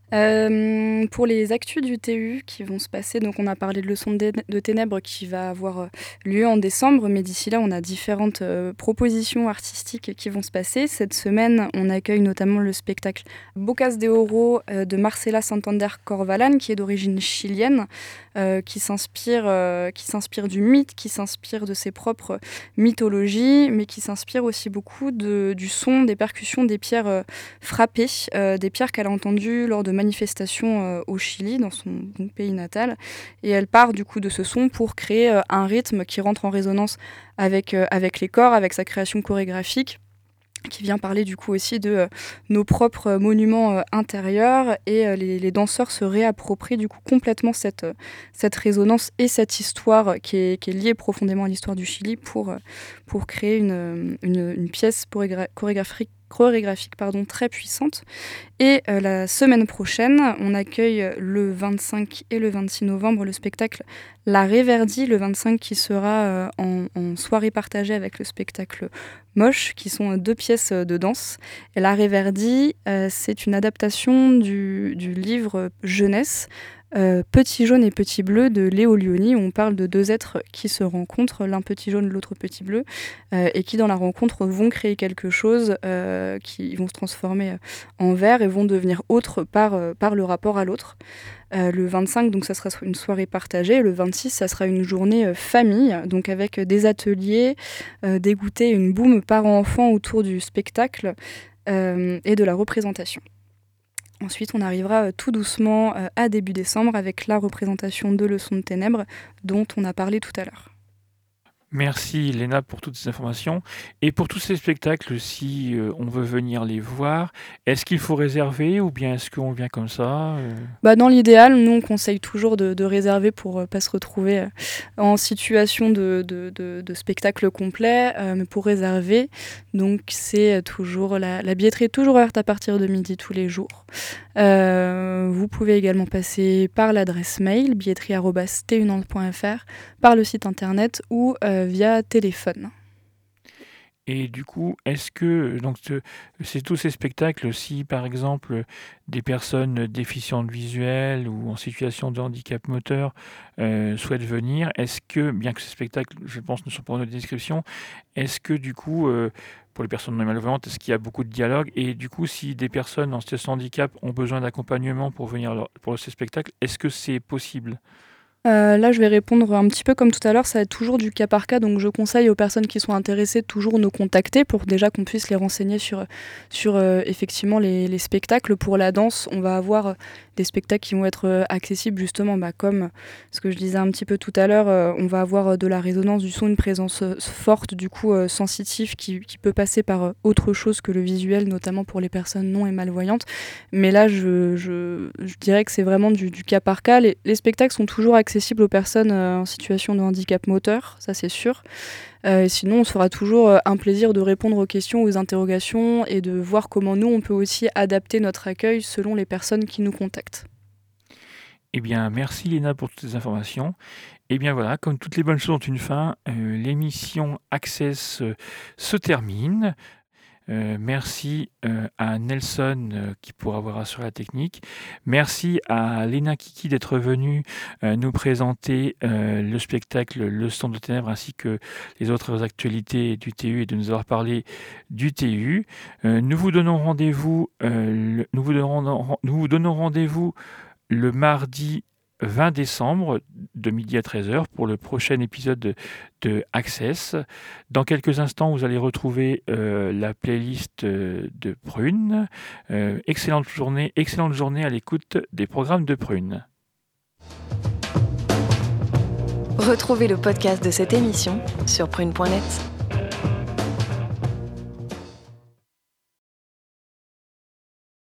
Euh, pour les actus du T U qui vont se passer, donc on a parlé de Le Son de, de Ténèbres qui va avoir lieu en décembre, mais d'ici là on a différentes euh, propositions artistiques qui vont se passer. Cette semaine on accueille notamment le spectacle Bocas de Oro euh, de Marcela Santander Corvalan, qui est d'origine chilienne, euh, qui s'inspire, euh, qui s'inspire du mythe, qui s'inspire de ses propres mythologies, mais qui s'inspire aussi beaucoup de, du son, des percussions, des pierres euh, frappées, euh, des pierres qu'elle a entendues lors de manifestation euh, au Chili, dans son, son pays natal, et elle part du coup de ce son pour créer euh, un rythme qui rentre en résonance avec, euh, avec les corps, avec sa création chorégraphique, qui vient parler du coup aussi de euh, nos propres monuments euh, intérieurs, et euh, les, les danseurs se réapproprient du coup complètement cette, euh, cette résonance et cette histoire qui est, qui est liée profondément à l'histoire du Chili pour, euh, pour créer une, une, une pièce chorégra- chorégraphique chorégraphique pardon, très puissante. Et euh, la semaine prochaine, on accueille le vingt-cinq et le vingt-six novembre le spectacle La Réverdie, le vingt-cinq qui sera euh, en, en soirée partagée avec le spectacle Moche, qui sont deux pièces de danse. Et La Réverdie, euh, c'est une adaptation du, du livre Jeunesse, Euh, Petit jaune et petit bleu de Léo Lionni, où on parle de deux êtres qui se rencontrent, l'un petit jaune, l'autre petit bleu, euh, et qui dans la rencontre vont créer quelque chose, euh, qui vont se transformer en vert et vont devenir autres par, euh, par le rapport à l'autre. Euh, le vingt-cinq, donc ça sera une soirée partagée. Le vingt-six, ça sera une journée euh, famille, donc avec des ateliers, euh, des goûters, une boum parents-enfants autour du spectacle euh, et de la représentation. Ensuite, on arrivera euh, tout doucement euh, à début décembre avec la représentation de Le Son de Ténèbres dont on a parlé tout à l'heure. Merci Léna pour toutes ces informations. Et pour tous ces spectacles, si euh, on veut venir les voir, est-ce qu'il faut réserver ou bien est-ce qu'on vient comme ça euh Bah, dans l'idéal, nous on conseille toujours de, de réserver pour ne pas se retrouver euh, en situation de, de, de, de spectacle complet, euh, mais pour réserver, donc c'est toujours la, la billetterie est toujours ouverte à partir de midi tous les jours. Euh, vous pouvez également passer par l'adresse mail billetterie arobase t u nantes point f r, par le site internet ou euh, via téléphone. Et du coup, est-ce que donc ce- c'est tous ces spectacles, si par exemple des personnes déficientes visuelles ou en situation de handicap moteur euh, souhaitent venir, est-ce que, bien que ces spectacles, je pense, ne sont pas en notre description, est-ce que du coup, euh, pour les personnes non malvoyantes, est-ce qu'il y a beaucoup de dialogue? Et du coup, si des personnes en situation de handicap ont besoin d'accompagnement pour venir leur- pour ces spectacles, est-ce que c'est possible? Euh, là, je vais répondre un petit peu comme tout à l'heure, ça va être toujours du cas par cas, donc je conseille aux personnes qui sont intéressées de toujours nous contacter pour déjà qu'on puisse les renseigner sur, sur euh, effectivement les, les spectacles. Pour la danse, on va avoir euh, des spectacles qui vont être euh, accessibles justement, bah, comme ce que je disais un petit peu tout à l'heure, euh, on va avoir euh, de la résonance du son, une présence euh, forte, du coup euh, sensitive, qui, qui peut passer par euh, autre chose que le visuel, notamment pour les personnes non et malvoyantes. Mais là, je, je, je dirais que c'est vraiment du, du cas par cas. Les, les spectacles sont toujours accessibles aux personnes euh, en situation de handicap moteur, ça c'est sûr. Euh, et sinon, on se fera toujours euh, un plaisir de répondre aux questions, aux interrogations et de voir comment nous, on peut aussi adapter notre accueil selon les personnes qui nous contactent. Eh bien, merci Léna pour toutes ces informations. Eh bien voilà, comme toutes les bonnes choses ont une fin, euh, l'émission Access euh, se termine. Euh, merci euh, à Nelson euh, qui pourra avoir assuré la technique. Merci à Léna Kiki d'être venue euh, nous présenter euh, le spectacle Le Son de Ténèbres ainsi que les autres actualités du T U et de nous avoir parlé du T U. Euh, nous vous donnons rendez-vous, euh, le- nous vous donnons, nous vous donnons rendez-vous le mardi vingt décembre de midi à treize heures pour le prochain épisode de, de Access. Dans quelques instants, vous allez retrouver euh, la playlist euh, de Prune. Euh, excellente journée, excellente journée à l'écoute des programmes de Prune. Retrouvez le podcast de cette émission sur prune point net.